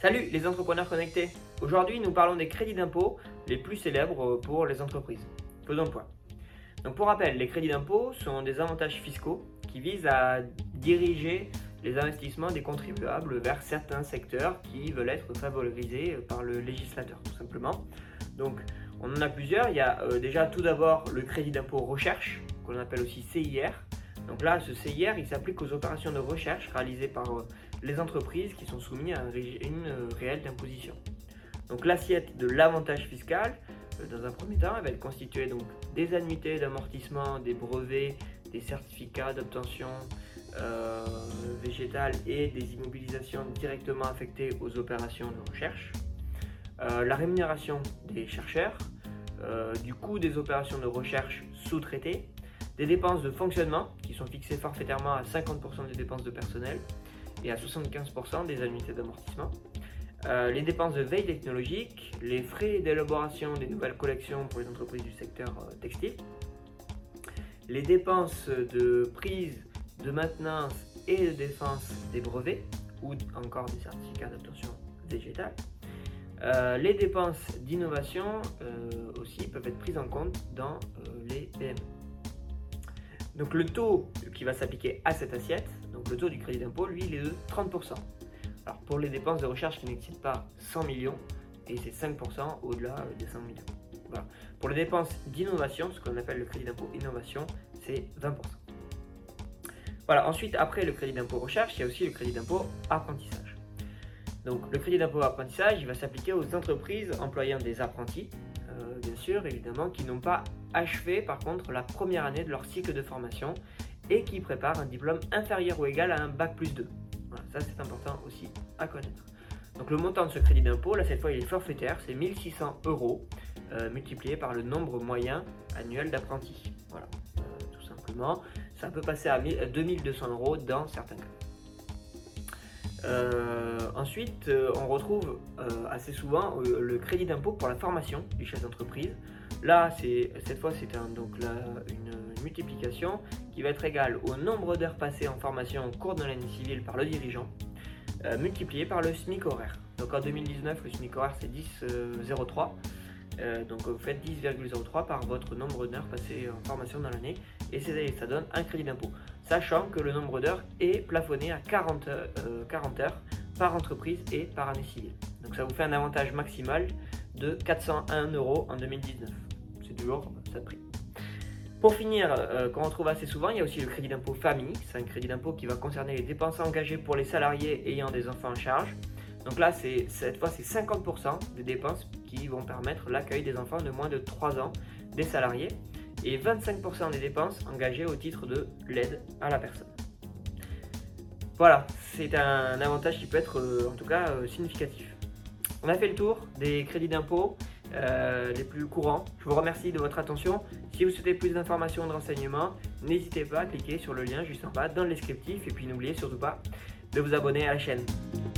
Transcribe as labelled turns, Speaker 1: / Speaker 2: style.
Speaker 1: Salut les entrepreneurs connectés. Aujourd'hui, nous parlons des crédits d'impôt les plus célèbres pour les entreprises. Faisons le point. Donc pour rappel, les crédits d'impôt sont des avantages fiscaux qui visent à diriger les investissements des contribuables vers certains secteurs qui veulent être favorisés par le législateur, tout simplement. Donc on en a plusieurs. Il y a déjà tout d'abord le crédit d'impôt recherche, qu'on appelle aussi CIR. Donc là, ce CIR, il s'applique aux opérations de recherche réalisées par les entreprises qui sont soumises à un régime réel d'imposition. Donc l'assiette de l'avantage fiscal, dans un premier temps, elle va être constituée donc des annuités d'amortissement, des brevets, des certificats d'obtention végétale et des immobilisations directement affectées aux opérations de recherche, la rémunération des chercheurs, du coût des opérations de recherche sous-traitées, des dépenses de fonctionnement qui sont fixées forfaitairement à 50% des dépenses de personnel et à 75% des annuités d'amortissement, les dépenses de veille technologique, les frais d'élaboration des nouvelles collections pour les entreprises du secteur textile, les dépenses de prise, de maintenance et de défense des brevets ou encore des certificats d'obtention végétale. Les dépenses d'innovation aussi peuvent être prises en compte dans les PME. Donc le taux qui va s'appliquer à cette assiette, donc le taux du crédit d'impôt, lui, il est de 30%. Alors pour les dépenses de recherche qui n'excèdent pas 100 millions, et c'est 5% au-delà des 100 millions. Voilà. Pour les dépenses d'innovation, ce qu'on appelle le crédit d'impôt innovation, c'est 20%. Voilà, ensuite, après le crédit d'impôt recherche, il y a aussi le crédit d'impôt apprentissage. Donc le crédit d'impôt apprentissage, il va s'appliquer aux entreprises employant des apprentis, bien sûr, évidemment, qui n'ont pas achevé par contre la première année de leur cycle de formation et qui préparent un diplôme inférieur ou égal à un bac+2. Voilà, ça c'est important aussi à connaître. Donc le montant de ce crédit d'impôt, là cette fois il est forfaitaire, c'est 1 600 € multiplié par le nombre moyen annuel d'apprentis. Voilà, tout simplement. Ça peut passer à 2 200 € dans certains cas. Ensuite, on retrouve assez souvent le crédit d'impôt pour la formation du chef d'entreprise. Là, cette fois, c'est une multiplication qui va être égale au nombre d'heures passées en formation au cours de l'année civile par le dirigeant, multiplié par le SMIC horaire. Donc en 2019, le SMIC horaire c'est 10,03. Donc vous faites 10,03 par votre nombre d'heures passées en formation dans l'année et ça donne un crédit d'impôt, sachant que le nombre d'heures est plafonné à 40 heures par entreprise et par année civile. Donc ça vous fait un avantage maximal de 401 € en 2019. C'est toujours ça de prix. Pour finir, qu'on retrouve assez souvent, il y a aussi le crédit d'impôt famille. C'est un crédit d'impôt qui va concerner les dépenses engagées pour les salariés ayant des enfants en charge. Donc là, cette fois, c'est 50% des dépenses qui vont permettre l'accueil des enfants de moins de 3 ans des salariés et 25% des dépenses engagées au titre de l'aide à la personne. Voilà, c'est un avantage qui peut être en tout cas significatif. On a fait le tour des crédits d'impôt les plus courants. Je vous remercie de votre attention. Si vous souhaitez plus d'informations ou de renseignements, n'hésitez pas à cliquer sur le lien juste en bas dans le descriptif et puis n'oubliez surtout pas de vous abonner à la chaîne.